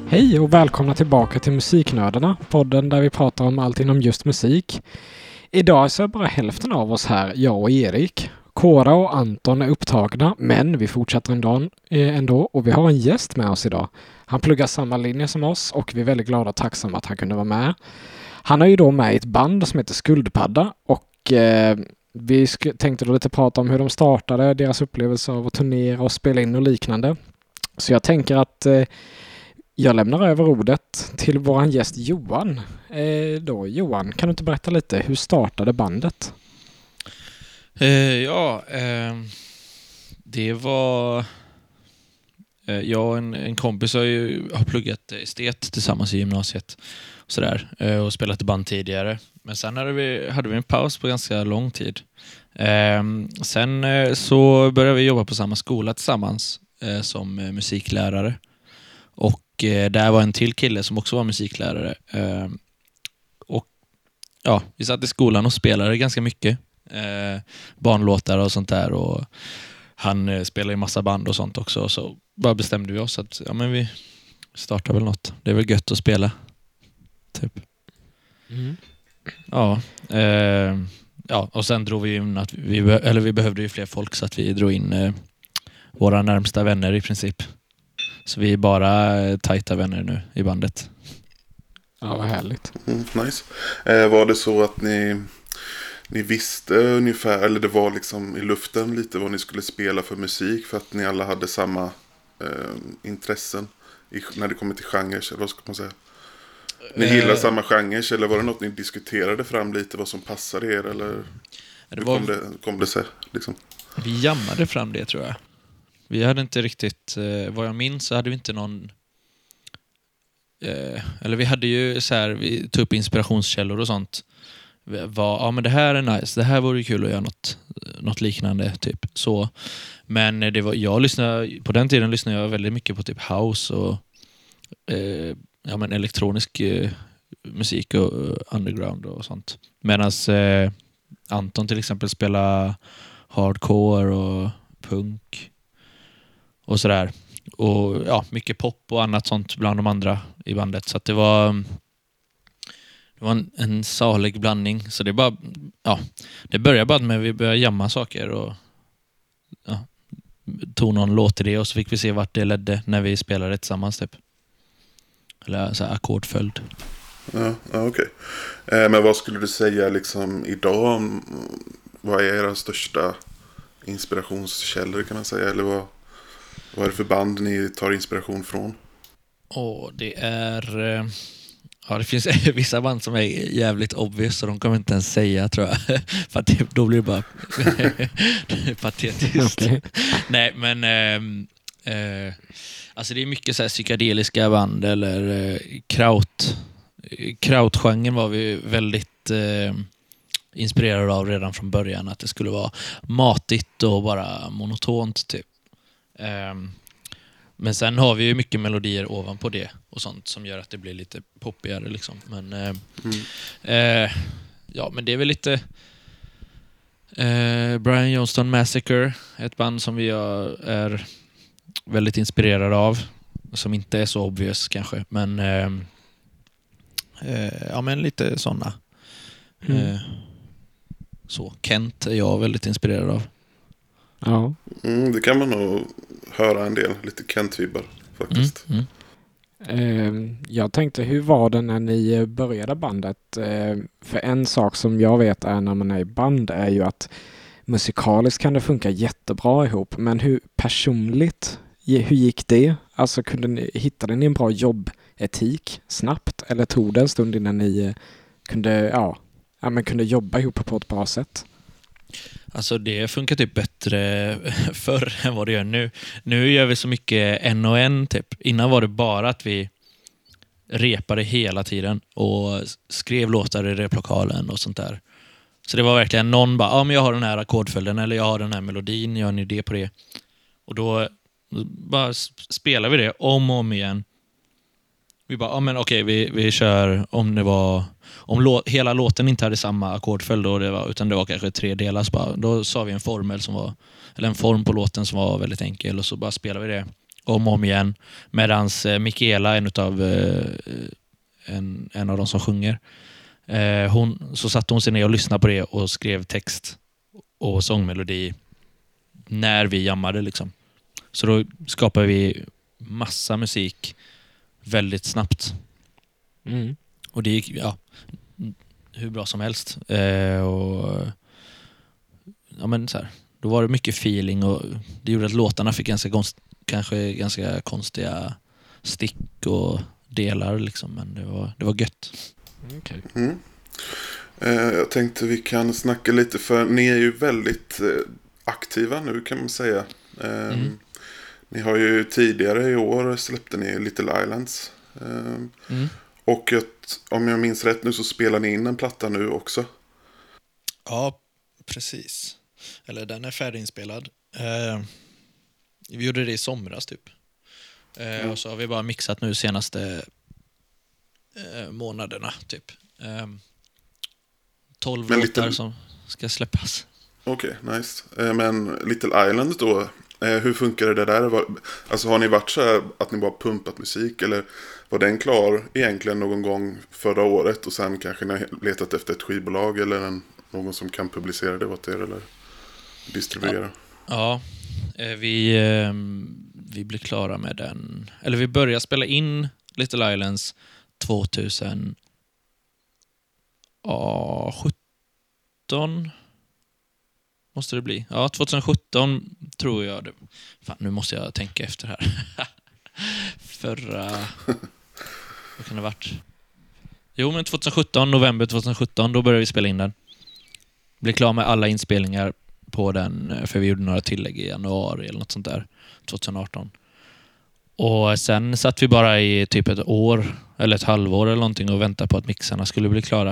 Hej och välkomna tillbaka till Musiknördarna, podden där vi pratar om allt inom just musik. Idag så är bara hälften av oss här, jag och Erik. Kora och Anton är upptagna, men vi fortsätter ändå och vi har en gäst med oss idag. Han pluggar samma linje som oss och vi är väldigt glada och tacksamma att han kunde vara med. Han är ju då med i ett band som heter Skuldpadda och vi tänkte då lite prata om hur de startade, deras upplevelse av att turnera och spela in och liknande. Så jag tänker att jag lämnar över ordet till våran gäst Johan. Johan, kan du inte berätta lite, hur startade bandet? Det var... Jag och en kompis har pluggat estet tillsammans i gymnasiet och sådär, och spelat i band tidigare. Men sen hade vi en paus på ganska lång tid. Sen så började vi jobba på samma skola tillsammans som musiklärare. Och där var en till kille som också var musiklärare. Och ja, vi satt i skolan och spelade ganska mycket. Barnlåtar och sånt där. Och han spelade i massa band och sånt också. Så bara bestämde vi oss att vi startar väl något. Det är väl gött att spela. Typ. Mm. Och sen drog vi in att vi behövde ju fler folk, så att vi drog in våra närmsta vänner i princip. Så vi är bara tajta vänner nu i bandet. Ja, vad härligt. Nice. Var det så att ni visste ungefär, eller det var liksom i luften lite vad ni skulle spela för musik, för att ni alla hade samma intressen när det kommer till genrer, eller vad ska man säga? Ni gillar samma genrer, eller var det något ni diskuterade fram lite vad som passade er, eller kom det sig liksom? Vi jammade fram det, tror jag. Vi hade inte riktigt, vad jag minns så hade vi inte någon, eller vi hade ju så här, vi tog upp inspirationskällor och sånt. Men det här är nice, det här vore kul att göra något liknande typ så. Men på den tiden lyssnade jag väldigt mycket på typ house och elektronisk musik och underground och sånt. Medan Anton till exempel spelar hardcore och punk och sådär. Och mycket pop och annat sånt bland de andra i bandet. Så att det var en salig blandning. Så det började bara med att vi började jamma saker och tog någon låtidé och så fick vi se vart det ledde när vi spelade tillsammans typ. Eller så här ackordföljd. Ja, okej. Men vad skulle du säga liksom idag, vad är era största inspirationskällor, kan man säga, eller vad är det för band ni tar inspiration från? Det finns vissa band som är jävligt obvious, så de kommer inte ens säga, tror jag. För att då blir det bara patetiskt. Okay. Nej, men alltså det är mycket så här psykedeliska band eller krautgenren var vi väldigt inspirerade av redan från början, att det skulle vara matigt och bara monotont typ. Men sen har vi ju mycket melodier ovanpå det och sånt som gör att det blir lite poppigare liksom. Men men det är väl lite Brian Johnston Massacre, ett band som vi är väldigt inspirerade av, som inte är så obvious kanske, men men lite såna. Så Kent är jag väldigt inspirerad av. Ja. Det kan man nog höra en del, lite Kent-vibbar faktiskt. Jag tänkte, hur var det när ni började bandet? För en sak som jag vet är när man är i band är ju att musikaliskt kan det funka jättebra ihop, men hur personligt, hur gick det? Alltså hittade ni en bra jobbetik snabbt, eller tog det en stund innan ni kunde jobba ihop på ett bra sätt? Alltså det funkar typ bättre förr än vad det gör nu. Nu gör vi så mycket en och en typ. Innan var det bara att vi repade hela tiden och skrev låtar i replokalen och sånt där. Så det var verkligen någon bara, men jag har den här ackordföljden eller jag har den här melodin, jag har en idé på det. Och då bara spelar vi det om och om igen. Vi bara, vi kör om hela låten inte hade samma ackordföljd utan det var kanske 3 delar, så då sa vi en formel en form på låten som var väldigt enkel, och så bara spelade vi det om och om igen. Medans Mikaela, en av de som sjunger, så satte hon sig ner och lyssnade på det och skrev text och sångmelodi när vi jammade liksom. Så då skapade vi massa musik väldigt snabbt. Och det gick hur bra som helst. Men så här, då var det mycket feeling och det gjorde att låtarna fick kanske ganska konstiga stick och delar liksom, men det var gött. Okay. Jag tänkte vi kan snacka lite, för ni är ju väldigt aktiva nu kan man säga. Ni har ju tidigare i år släppte ni Little Islands. Och om jag minns rätt nu så spelar ni in en platta nu också. Ja, precis. Eller den är färdiginspelad. Vi gjorde det i somras typ. Och så har vi bara mixat nu senaste månaderna typ. 12 låtar som ska släppas. Okej, nice. Men Little Island då, hur funkar det där? Alltså har ni varit så här att ni bara pumpat musik, eller var den klar egentligen någon gång förra året och sen kanske ni har letat efter ett skivbolag eller någon som kan publicera det åt er eller distribuera? Ja, vi blev klara med den. Eller vi började spela in Little Islands 2017 måste det bli. Ja, 2017 tror jag det. Fan, nu måste jag tänka efter här. Vad kan det ha varit? Jo, men 2017, november 2017, då började vi spela in den. Blev klar med alla inspelningar på den, för vi gjorde några tillägg i januari eller något sånt där, 2018. Och sen satt vi bara i typ ett år eller ett halvår eller någonting och väntade på att mixarna skulle bli klara.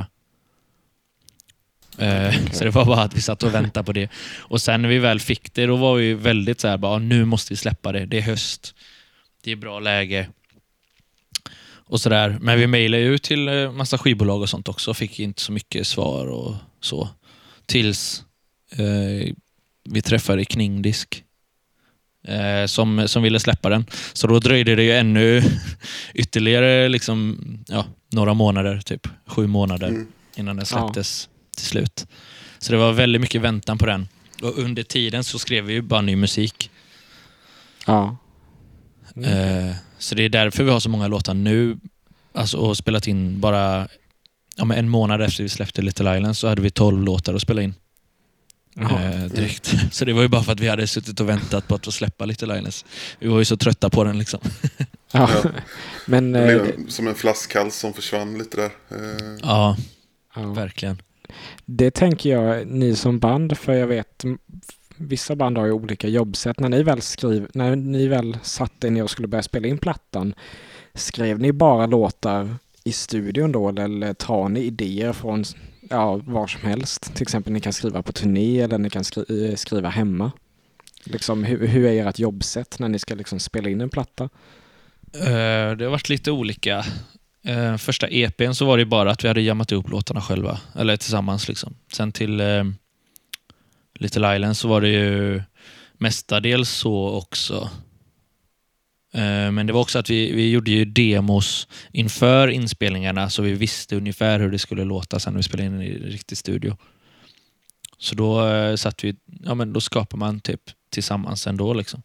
Så det var bara att vi satt och väntade på det. Och sen när vi väl fick det, då var vi väldigt så här, bara, nu måste vi släppa det. Det är höst. Det är bra läge. Och sådär. Men vi mejlade ut till massa skivbolag och sånt också. Fick inte så mycket svar och så. Tills vi träffade Kningdisk. Som ville släppa den. Så då dröjde det ju ännu ytterligare liksom, några månader, typ 7 månader innan den släpptes till slut. Så det var väldigt mycket väntan på den. Och under tiden så skrev vi ju bara ny musik. Ja. Så det är därför vi har så många låtar nu. Alltså, och spelat in bara en månad efter vi släppte Little Islands så hade vi 12 låtar att spela in. Direkt. Så det var ju bara för att vi hade suttit och väntat på att få släppa Little Islands. Vi var ju så trötta på den liksom. Ja. Men det blev som en flaskhals som försvann lite där. Ja, verkligen. Det tänker jag, ni som band, för jag vet vissa band har ju olika jobbsätt. När ni väl satte ner och skulle börja spela in plattan, skrev ni bara låtar i studion då, eller tar ni idéer från var som helst? Till exempel ni kan skriva på turné eller ni kan skriva hemma. Liksom, hur är ert jobbsätt när ni ska liksom spela in en platta? Det har varit lite olika. Första EP:n så var det bara att vi hade jammat upp låtarna själva, eller tillsammans liksom. Sen till Little Island så var det ju mestadels så också. Men det var också att vi gjorde ju demos inför inspelningarna, så vi visste ungefär hur det skulle låta sen när vi spelade in i en riktig studio. Så då satt vi, då skapar man typ tillsammans ändå liksom.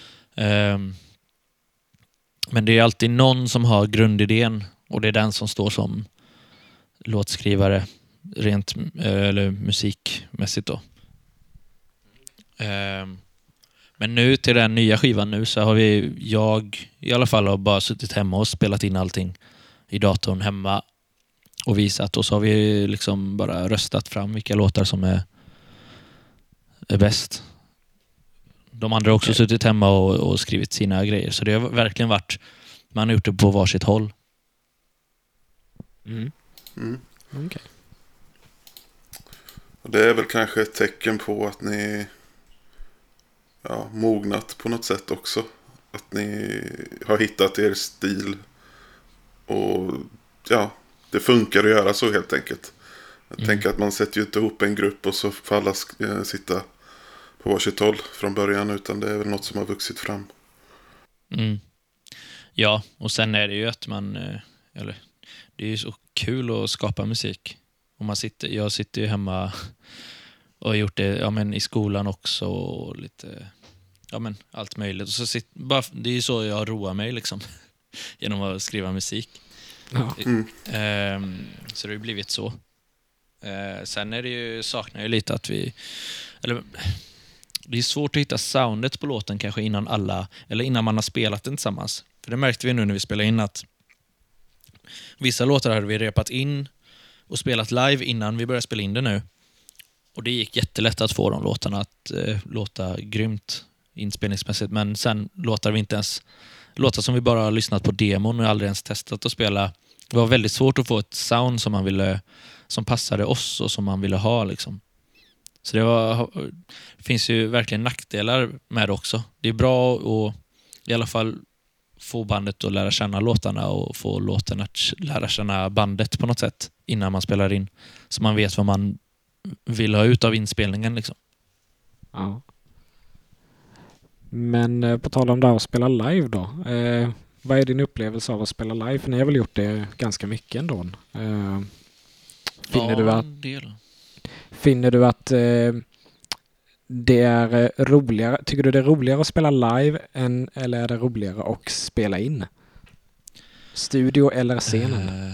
Men det är alltid någon som har grundidén, och det är den som står som låtskrivare rent eller musikmässigt då. Men nu till den nya skivan nu så har jag i alla fall har bara suttit hemma och spelat in allting i datorn hemma och visat, och så har vi liksom bara röstat fram vilka låtar som är bäst. De andra har också suttit hemma och skrivit sina grejer, så det har verkligen varit, man har gjort det på varsitt håll. Okay. Det är väl kanske ett tecken på att ni mognat på något sätt också. Att ni har hittat er stil. Och det funkar att göra så helt enkelt. Jag tänker att man sätter ju inte ihop en grupp och så får alla sitta på varsitt håll från början, utan det är väl något som har vuxit fram. Mm. Ja, och sen är det ju att man... Eller, det är ju så kul att skapa musik. Och jag sitter ju hemma och har gjort det i skolan också. Och lite... allt möjligt. Och så det är ju så jag roar mig liksom. Genom att skriva musik. Ja. Så det har ju blivit så. Sen är det ju, saknar jag lite att det är svårt att hitta soundet på låten kanske innan man har spelat den tillsammans. För det märkte vi nu när vi spelade in att vissa låtar hade vi repat in och spelat live innan vi började spela in det nu. Och det gick jättelätt att få de låtarna att låta grymt inspelningsmässigt. Men sen låtar som vi bara har lyssnat på demon och aldrig ens testat att spela. Det var väldigt svårt att få ett sound som passade oss och som man ville ha liksom. Så det finns ju verkligen nackdelar med det också. Det är bra att i alla fall få bandet att lära känna låtarna och få låten att lära känna bandet på något sätt innan man spelar in. Så man vet vad man vill ha ut av inspelningen liksom. Ja. Men på tal om det här att spela live då. Vad är din upplevelse av att spela live? För ni har väl gjort det ganska mycket ändå. Finner du att det är roligare? Tycker du det är roligare att spela live eller är det roligare att spela in? Studio eller scenen?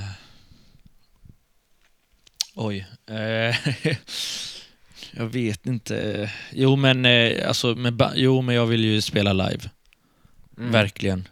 Jag vet inte. Men jag vill ju spela live. Verkligen.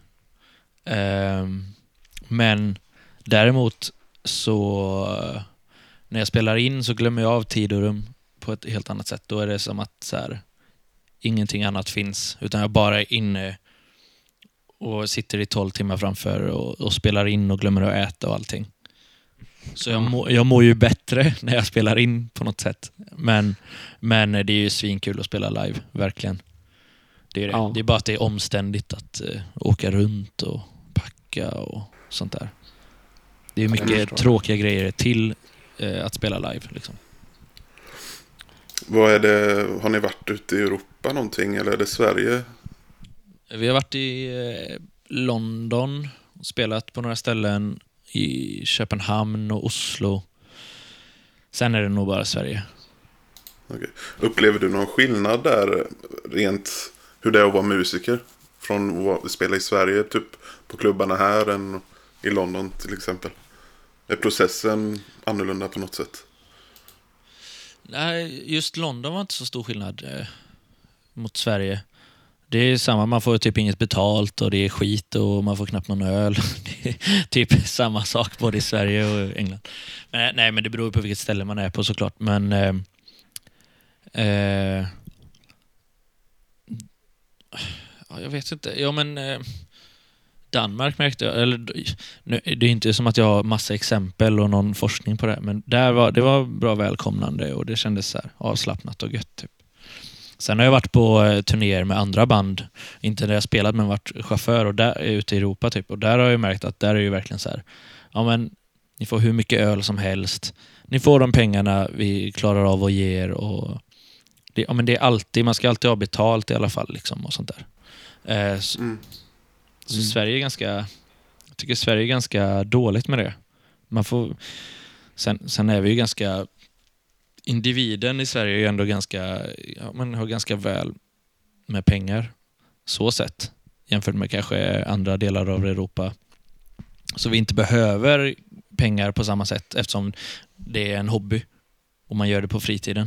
Men däremot så när jag spelar in så glömmer jag av tid och rum på ett helt annat sätt. Då är det som att så här, ingenting annat finns, utan jag bara är inne och sitter i 12 timmar framför och spelar in och glömmer att äta och allting. Så jag mår ju bättre när jag spelar in på något sätt. Men det är ju svinkul att spela live, verkligen. Det är det. Ja. Det är bara att det är omständigt att åka runt och packa och sånt där. Det är mycket tråkiga grejer till att spela live liksom. Vad är det? Har ni varit ute i Europa någonting eller är det Sverige? Vi har varit i London och spelat på några ställen i Köpenhamn och Oslo. Sen är det nog bara Sverige. Okay. Upplever du någon skillnad där rent hur det är att vara musiker från att spela i Sverige typ på klubbarna här än i London till exempel? Är processen annorlunda på något sätt? Nej, just London var inte så stor skillnad mot Sverige. Det är samma, man får typ inget betalt och det är skit och man får knappt någon öl. Det är typ samma sak både i Sverige och England. Men det beror på vilket ställe man är på såklart. Men jag vet inte. Danmark märkte jag, eller det är inte som att jag har massa exempel och någon forskning på det, men det var bra välkomnande och det kändes så här avslappnat och gött typ. Sen har jag varit på turnéer med andra band, inte där jag spelat men varit chaufför och där ute i Europa typ, och där har jag märkt att där är ju verkligen så här, ja men ni får hur mycket öl som helst, ni får de pengarna vi klarar av att ge er och det är alltid, man ska alltid ha betalt i alla fall liksom och sånt där. Så Sverige är jag tycker Sverige är ganska dåligt med det. Man får sen är vi ju ganska, individen i Sverige är ju ändå ganska, man har ganska väl med pengar så sett jämfört med kanske andra delar av Europa. Så vi inte behöver pengar på samma sätt eftersom det är en hobby och man gör det på fritiden.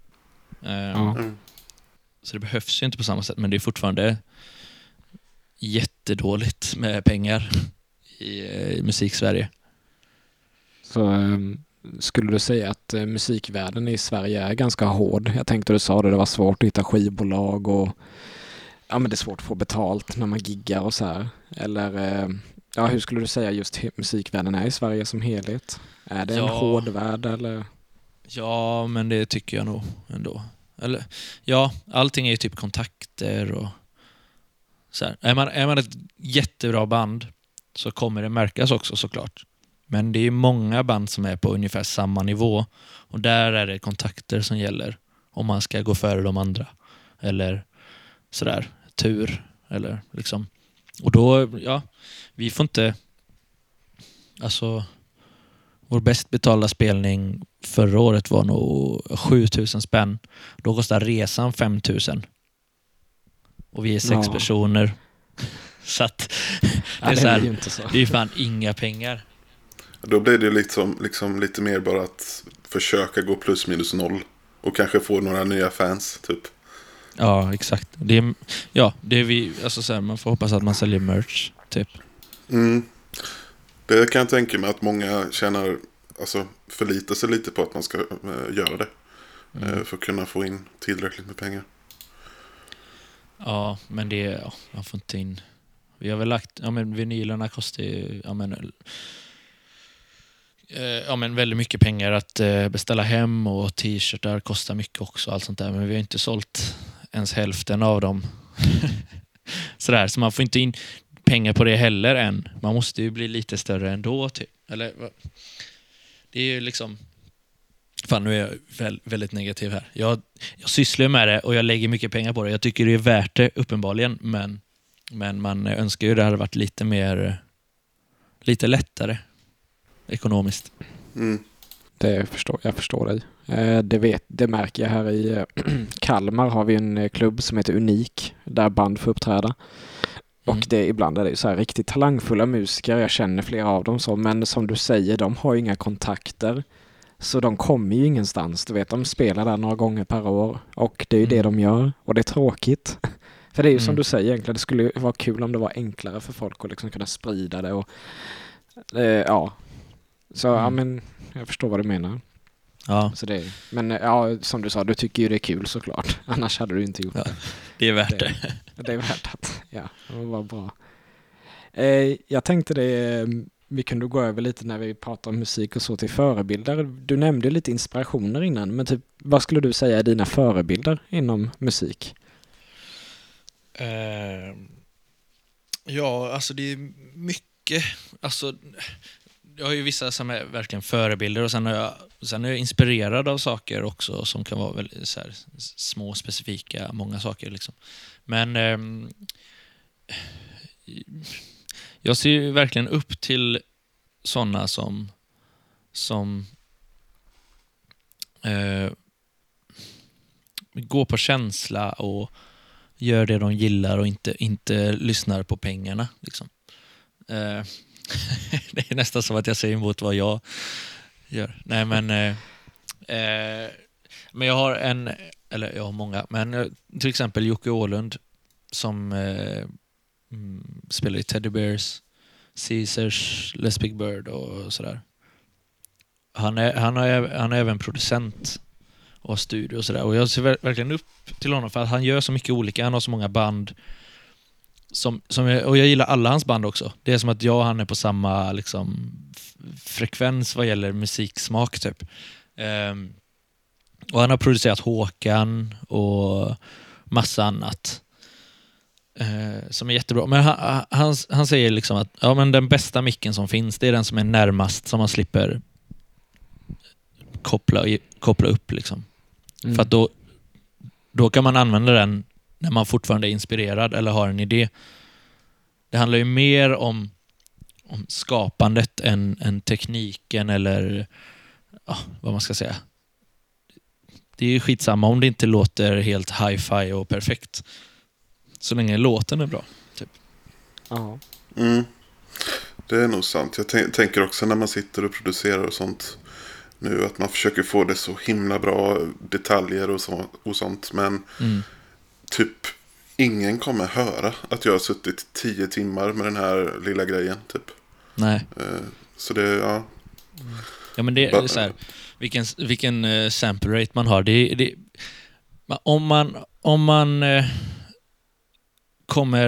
Så det behövs ju inte på samma sätt, men det är fortfarande jättedåligt med pengar i musik-Sverige. Så skulle du säga att musikvärlden i Sverige är ganska hård? Jag tänkte du sa det var svårt att hitta skivbolag och men det är svårt att få betalt när man giggar och så här. Eller hur skulle du säga just musikvärlden är i Sverige som helhet? Är det en hård värld eller? Ja, men det tycker jag nog ändå. Eller allting är ju typ kontakter och så här. Är man ett jättebra band så kommer det märkas också såklart. Men det är många band som är på ungefär samma nivå och där är det kontakter som gäller om man ska gå före de andra eller sådär, tur eller liksom. Och då, ja, vi får inte... Alltså, vår bäst betalda spelning förra året var nog 7000 spänn. Då kostar resan 5000. Och vi är 6 personer. Så att det är, så här, ju inte så. det är fan inga pengar. Då blir det liksom lite mer bara att försöka gå plus minus noll. Och kanske få några nya fans, typ. Ja, exakt. Det är vi, alltså så här, man får hoppas att man säljer merch, typ. Det kan jag tänka mig att många känner, alltså förlitar sig lite på att man ska göra det. För att kunna få in tillräckligt med pengar. Ja, men man får inte in... Vi har väl lagt... Ja, men vinylerna kostar ju... Ja, men väldigt mycket pengar att beställa hem, och t-shirtar kostar mycket också, allt sånt där. Men vi har inte sålt ens hälften av dem. Sådär, så man får inte in pengar på det heller än. Man måste ju bli lite större ändå, typ. Eller, det är ju liksom... Fan, nu är jag väldigt negativ här. Jag sysslar med det och jag lägger mycket pengar på det. Jag tycker det är värt det, uppenbarligen. Men man önskar ju det hade varit lite lättare ekonomiskt. Jag förstår dig. Det märker jag här i Kalmar har vi en klubb som heter Unik, där band får uppträda. Och ibland är det så här riktigt talangfulla musiker. Jag känner flera av dem så, men som du säger, de har ju inga kontakter. Så de kommer ju ingenstans. Du vet, de spelar där några gånger per år. Och det är ju det de gör. Och det är tråkigt. För det är ju som du säger egentligen. Det skulle ju vara kul om det var enklare för folk att liksom kunna sprida det. Och, ja. Så ja, men jag förstår vad du menar. Ja. Så det, men ja, som du sa, du tycker ju det är kul såklart. Annars hade du inte gjort det. Det är värt det. Det är värt att, ja, det var bra. Jag tänkte det... Vi kunde gå över lite när vi pratar om musik och så till förebilder. Du nämnde lite inspirationer innan, men typ, vad skulle du säga är dina förebilder inom musik? Ja, alltså det är mycket. Alltså, jag har ju vissa som är verkligen förebilder, och sen är jag inspirerad av saker också som kan vara väldigt så här, små, specifika, många saker liksom. Men jag ser ju verkligen upp till sådana som går på känsla och gör det de gillar och inte lyssnar på pengarna. Liksom. Det är nästan som att jag säger emot vad jag gör. Nej, men jag har jag har många, men till exempel Jocke Åhlund som spelar i Teddy Bears, Caesars, Les Big Bird och sådär. Han är även producent och studio och sådär. Och jag ser verkligen upp till honom för att han gör så mycket olika. Han har så många band och jag gillar alla hans band också. Det är som att jag och han är på samma liksom frekvens vad gäller musiksmak typ. Och han har producerat Håkan och massa annat. Som är jättebra. Men han säger liksom att ja, men den bästa micken som finns, det är den som är närmast, som man slipper koppla upp liksom. För att då kan man använda den när man fortfarande är inspirerad eller har en idé. Det handlar ju mer om skapandet än tekniken eller vad man ska säga. Det är ju skitsamma om det inte låter helt hi-fi och perfekt. Så länge låten är bra. Typ. Ja. Det är nog sant. Jag tänker också när man sitter och producerar och sånt nu att man försöker få det så himla bra detaljer och sånt. Men typ ingen kommer höra att jag har suttit 10 timmar med den här lilla grejen typ. Nej. Så det, ja. Ja, men det är så här, vilken sample rate man har. Om man kommer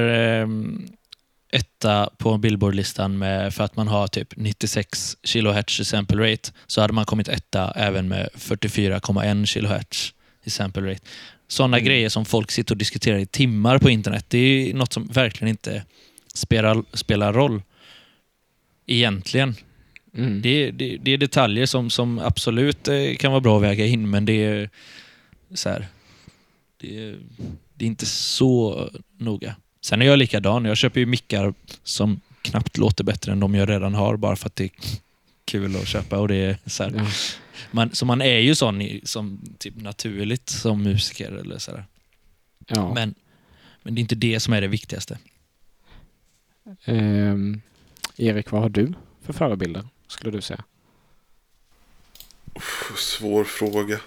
etta på Billboard-listan för att man har typ 96 kHz i sample rate, så hade man kommit etta även med 44,1 kHz i sample rate. Sådana grejer som folk sitter och diskuterar i timmar på internet, det är något som verkligen inte spelar roll egentligen. Det är detaljer som absolut kan vara bra att väga in, men det är så här, det är inte så noga. Sen är jag likadan. Jag köper ju mickar som knappt låter bättre än de jag redan har, bara för att det är kul att köpa. Och det är så här. Ja. Man är ju sån som typ naturligt som musiker eller så här. Ja. Men det är inte det som är det viktigaste. Erik, vad har du för förebilder, skulle du säga? Svår fråga.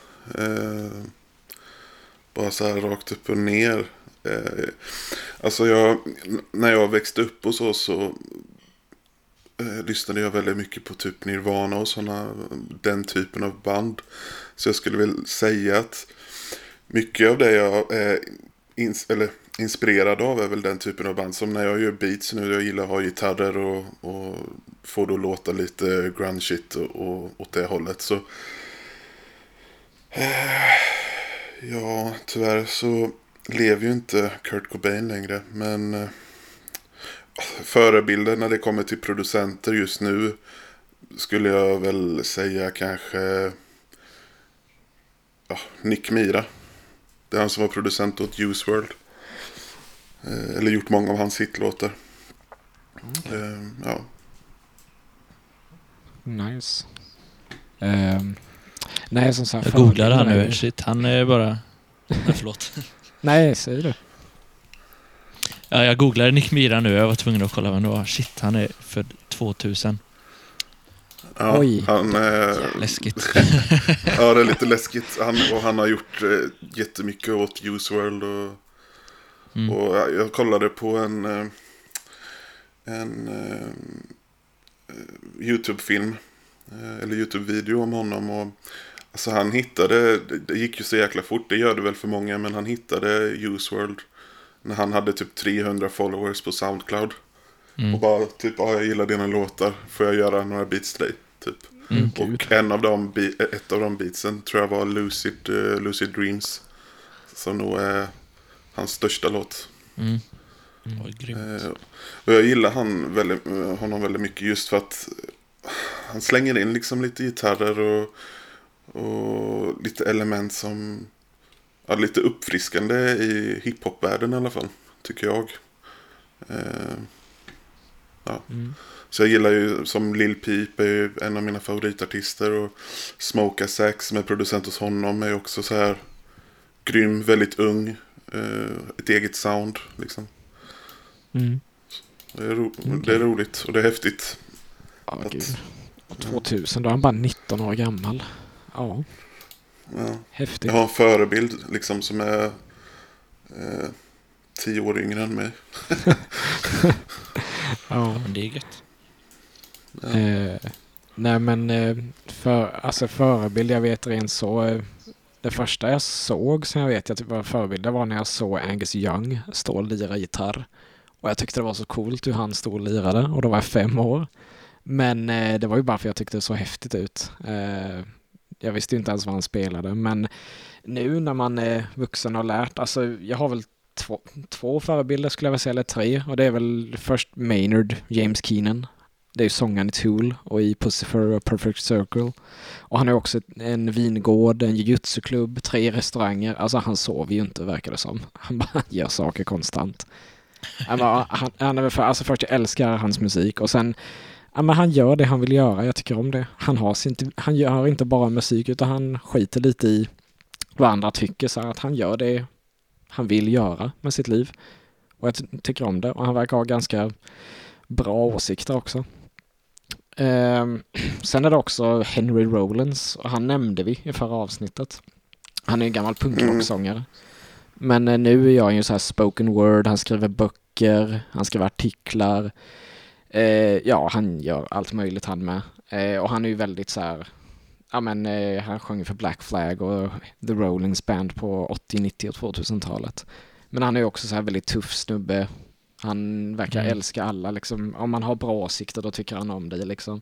Bara så här rakt upp och ner. Alltså när jag växte upp och så lyssnade jag väldigt mycket på typ Nirvana och den typen av band. Så jag skulle väl säga att mycket av det jag är inspirerad av är väl den typen av band. Som när jag gör beats nu, jag gillar att ha gitarrer och få det att låta lite grunge-shit och åt det hållet. Så ja, tyvärr så lever ju inte Kurt Cobain längre. Men förebilder när det kommer till producenter just nu skulle jag väl säga kanske Nick Mira. Det är han som var producent åt Juice WRLD. Eller gjort många av hans hitlåtar. Ja. Nice. Nej, som sagt. Jag googlade han nu. Shit, han är bara... Nej, förlåt. Nej, säger du. Ja, jag googlade Nick Mira nu. Jag var tvungen att kolla vem det var. Shit, han är född 2000. Ja, Oj. Läskigt. Ja, det är lite läskigt. Han har gjort jättemycket åt Juice WRLD och jag kollade på en YouTube-film eller YouTube-video om honom och alltså han hittade, det gick ju så jäkla fort, det gör det väl för många, men han hittade Juice WRLD när han hade typ 300 followers på SoundCloud och bara typ, jag gillar dina låtar, får jag göra några beats till dig typ. Och ett av de beatsen tror jag var Lucid Dreams, som nog är hans största låt. Och jag gillar honom väldigt mycket just för att han slänger in liksom lite gitarrer och lite element som är lite uppfriskande i hiphop-världen i alla fall, tycker jag. Så jag gillar ju, som Lil Peep är ju en av mina favoritartister, och Smoke Sax som är producent hos honom är också så här grym, väldigt ung, ett eget sound liksom. Det är roligt och det är häftigt. Ja, gud. 2000, då är han bara 19 år gammal. Ja. Häftigt. Jag har en förebild liksom som är 10 år yngre än mig. Ja. Men det är gött. Nej, men förebild, jag vet rent så. Det första jag såg som jag vet att var förebild, det var när jag såg Angus Young stå och lira gitarr. Och jag tyckte det var så coolt hur han stod och lirade, och då var jag 5 år. Men det var ju bara för jag tyckte det så häftigt ut. Jag visste ju inte ens vad han spelade, men nu när man är vuxen och lärt, alltså jag har väl två förebilder skulle jag vilja säga, eller 3, och det är väl först Maynard James Keenan. Det är ju sångaren i Tool och i Pussifer och Perfect Circle. Och han har också en vingård, en jiu-jitsu-klubb, 3 restauranger. Alltså han sover ju inte, verkar det som. Han bara gör saker konstant. Han är väl först jag älskar hans musik, och sen han gör det han vill göra. Jag tycker om det. Han gör inte bara musik, utan han skiter lite i vad andra tycker, så att han gör det han vill göra med sitt liv. Och jag tycker om det. Och han verkar ha ganska bra åsikter också. Sen är det också Henry Rollins, och han nämnde vi i förra avsnittet. Han är en gammal punkrocksångare. Men nu är jag ju så här spoken word, han skriver böcker, han skriver artiklar. Han gör allt möjligt han med. Och han är ju väldigt så här, han sjöng för Black Flag och The Rollins Band på 80, 90 och 2000-talet. Men han är ju också så här väldigt tuff snubbe. Han verkar älska alla liksom. Om man har bra åsikter, då tycker han om dig liksom.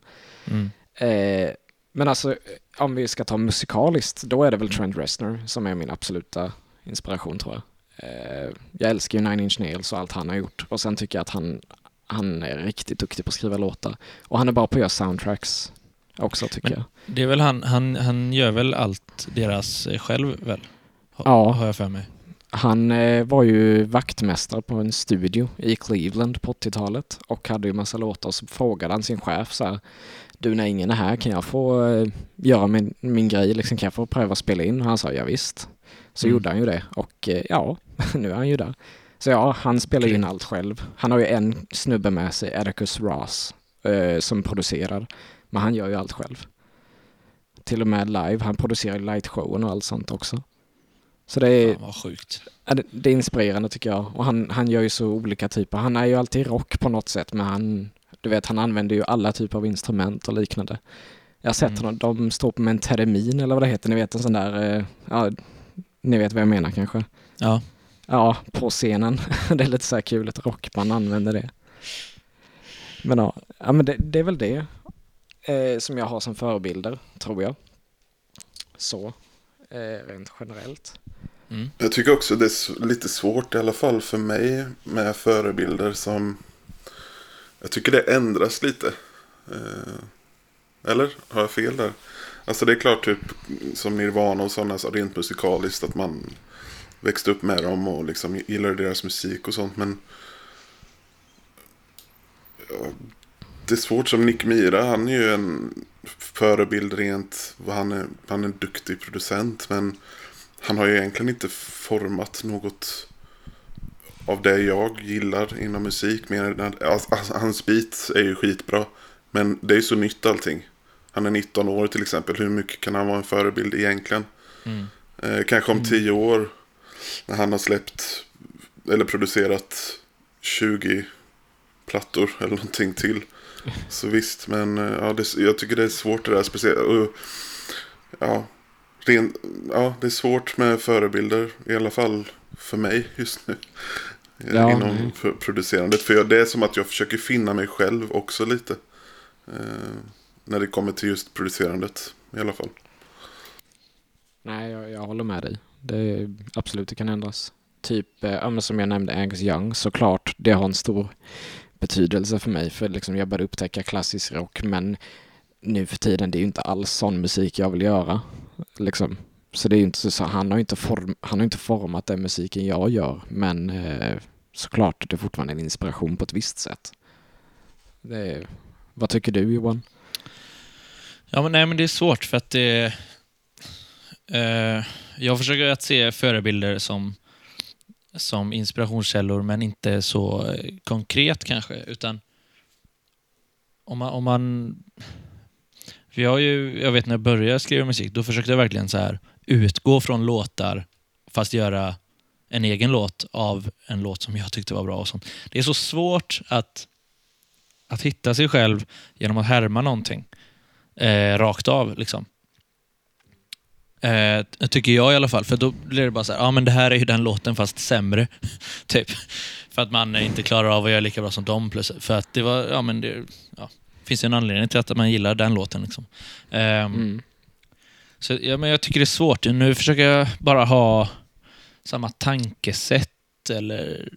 Men alltså, om vi ska ta musikaliskt, då är det väl Trent Reznor som är min absoluta inspiration, tror jag. Jag älskar ju Nine Inch Nails och allt han har gjort. Och sen tycker jag att han är riktigt duktig på att skriva låtar. Och han är bra på att göra soundtracks också, tycker jag. Det är väl han gör väl allt deras själv väl? Ja. Har jag för mig. Han var ju vaktmästare på en studio i Cleveland på 80-talet och hade ju massa låtar, och så frågade han sin chef så här: du, när ingen är här, kan jag få göra min grej, liksom, kan jag få pröva att spela in? Och han sa ja visst. Så gjorde han ju det, och ja, nu är han ju där. Så ja, han spelar in allt själv. Han har ju en snubbe med sig, Atticus Ross, som producerar, men han gör ju allt själv. Till och med live, han producerar lightshowen och allt sånt också. Så det är, vad sjukt. Det är inspirerande tycker jag. Och han gör ju så olika typer. Han är ju alltid rock på något sätt, men han använder ju alla typer av instrument och liknande. Jag har sett honom, de står på med en teremin eller vad det heter. Ni vet, en sån där, ni vet vad jag menar kanske. Ja. Ja, på scenen. Det är lite så här kul att rockband använder det. Men ja, men det är väl det som jag har som förebilder, tror jag. Så, rent generellt. Mm. Jag tycker också det är lite svårt i alla fall för mig med förebilder som... Jag tycker det ändras lite. Eller? Har jag fel där? Alltså det är klart typ som Nirvana och sådana, så rent musikaliskt att man växte upp med dem och liksom gillar deras musik och sånt, men ja, det är svårt. Som Nick Mira, han är ju en förebild rent, han är en duktig producent, men han har ju egentligen inte format något av det jag gillar inom musik. Hans beat är ju skitbra, men det är så nytt allting. Han är 19 år till exempel. Hur mycket kan han vara en förebild egentligen? Kanske om 10 år när han har släppt eller producerat 20 plattor eller någonting till. Så visst, men ja, jag tycker det är svårt det där speciellt. Ja, det är svårt med förebilder, i alla fall för mig just nu. Ja, inom producerandet. För det är som att jag försöker finna mig själv också lite. När det kommer till just producerandet i alla fall. Nej, jag håller med dig. Det absolut, det kan ändras. Typ, som jag nämnde, Angus Young, såklart, det har en stor betydelse för mig. För liksom, jag började upptäcka klassisk rock, men nu för tiden, det är ju inte alls sån musik jag vill göra. Liksom. Så det är ju inte så, han har inte format den musiken jag gör, men såklart, det är fortfarande en inspiration på ett visst sätt. Vad tycker du, Johan? Ja, men det är svårt för att det... jag försöker att se förebilder som inspirationskällor, men inte så konkret kanske, utan om man jag vet när jag började skriva musik, då försökte jag verkligen så här utgå från låtar fast göra en egen låt av en låt som jag tyckte var bra och sånt. Det är så svårt att hitta sig själv genom att härma någonting rakt av liksom. Tycker jag i alla fall, för då blir det bara så här, men det här är ju den låten fast sämre typ, för att man inte klarar av att göra lika bra som dem, plus för att det var, finns ju en anledning till att man gillar den låten liksom. Så men jag tycker det är svårt. Nu försöker jag bara ha samma tankesätt eller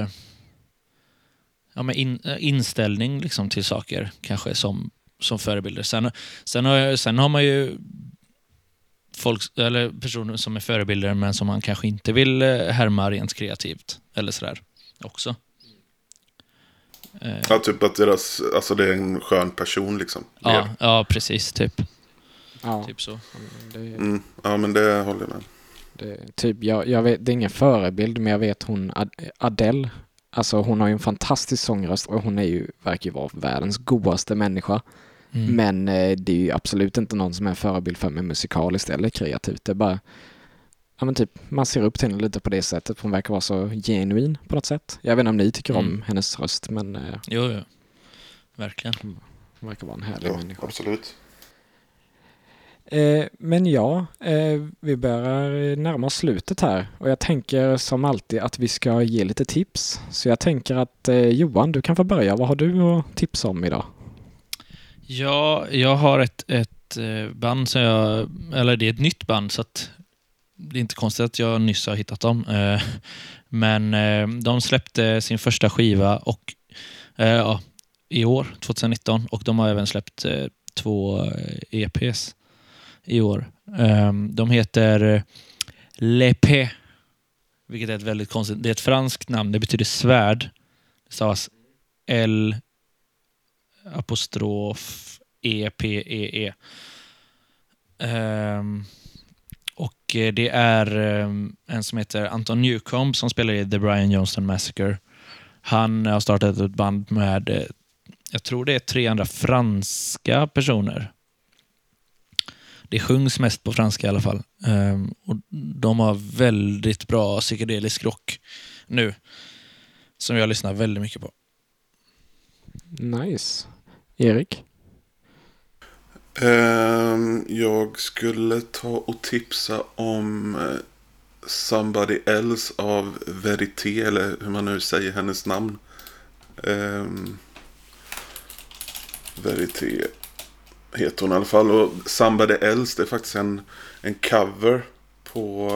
inställning liksom till saker kanske som förebilder. Sen har man ju folk eller personer som är förebilder, men som man kanske inte vill härma rent kreativt eller sådär också. Ja, typ att alltså det är en skön person liksom. Ja, precis, typ. Ja. Typ så. Ja, men det håller jag med. Typ, jag vet, det är ingen förebild, men jag vet hon Adele. Alltså hon har ju en fantastisk sångröst och hon verkar ju vara världens godaste människa. Men det är ju absolut inte någon som är en förebild för mig musikaliskt eller kreativt. Det är bara, typ, man ser upp till henne lite på det sättet. Hon verkar vara så genuin på något sätt. Jag vet inte om ni tycker om hennes röst, men... Jo, verkligen. Hon verkar vara en härlig människa. Absolut. Men vi börjar närma oss slutet här. Och jag tänker som alltid att vi ska ge lite tips. Så jag tänker att Johan, du kan få börja. Vad har du att tipsa om idag? Ja, jag har ett band som eller det är ett nytt band, så att det är inte konstigt att jag nyss har hittat dem. Men de släppte sin första skiva i år, 2019, och de har även släppt 2 EPs i år. De heter L'Épée Vilket är ett väldigt konstigt... Det är ett franskt namn. Det betyder svärd. Det stavas L apostrof E-P-E-E. Och det är en som heter Anton Newcomb som spelar i The Brian Johnston Massacre. Han har startat ett band med, jag tror det är 300 franska personer. Det sjungs mest på franska i alla fall. Och de har väldigt bra psykedelisk rock nu. Som jag lyssnar väldigt mycket på. Nice. Erik? Jag skulle ta och tipsa om Somebody Else av Verité, eller hur man nu säger hennes namn. Verité heter hon i alla fall. Och Somebody Else, det är faktiskt en cover på...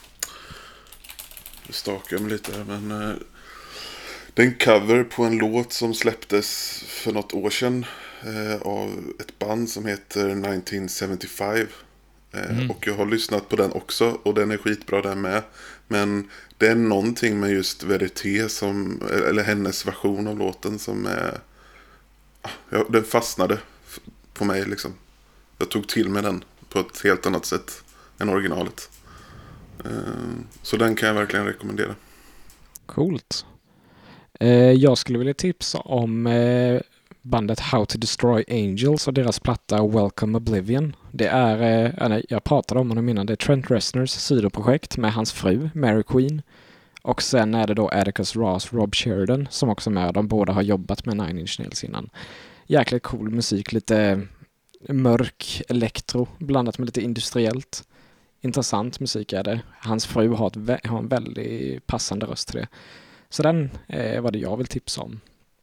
Nu stakar jag mig lite här, men... Det är en cover på en låt som släpptes för något år sedan av ett band som heter 1975. Och jag har lyssnat på den också, och den är skitbra den med. Men det är någonting med just Verité som, eller hennes version av låten som är... Ja, den fastnade på mig liksom. Jag tog till mig den på ett helt annat sätt än originalet. Så den kan jag verkligen rekommendera. Coolt. Jag skulle vilja tipsa om bandet How to Destroy Angels och deras platta Welcome Oblivion. Det är, jag pratade om honom innan, det är Trent Reznors sidoprojekt med hans fru, Mary Queen. Och sen är det då Atticus Ross, Rob Sheridan som också är med. De båda har jobbat med Nine Inch Nails innan. Jäkligt cool musik, lite mörk elektro blandat med lite industriellt. Intressant musik är det. Hans fru har en väldigt passande röst till det. Så den var det jag vill tipsa om.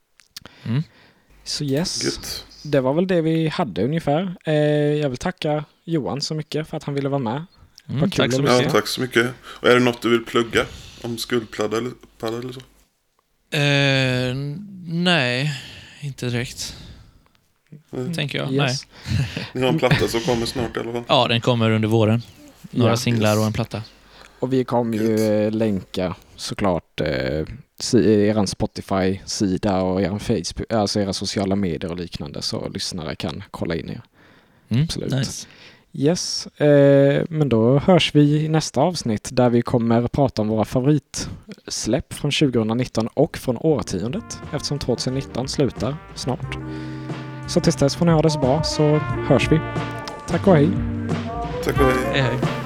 Så yes, Good. Det var väl det vi hade ungefär. Jag vill tacka Johan så mycket för att han ville vara med. Tack så mycket. Ja, tack så mycket. Och är det något du vill plugga om skuldpadda eller så? Nej, inte direkt. Tänker jag. Yes. Nej. Ni har en platta som kommer snart i alla fall. Ja, den kommer under våren. Några Ja. singlar och en platta. Och vi kommer ju länka såklart er Spotify-sida och er Facebook, alltså era sociala medier och liknande, så lyssnare kan kolla in er. Absolut. Nice. Yes, men då hörs vi i nästa avsnitt där vi kommer prata om våra favoritsläpp från 2019 och från årtiondet, eftersom 2019 slutar snart. Så tills dess får ni ha det så bra, så hörs vi. Tack och hej! Tack och hej. Hej.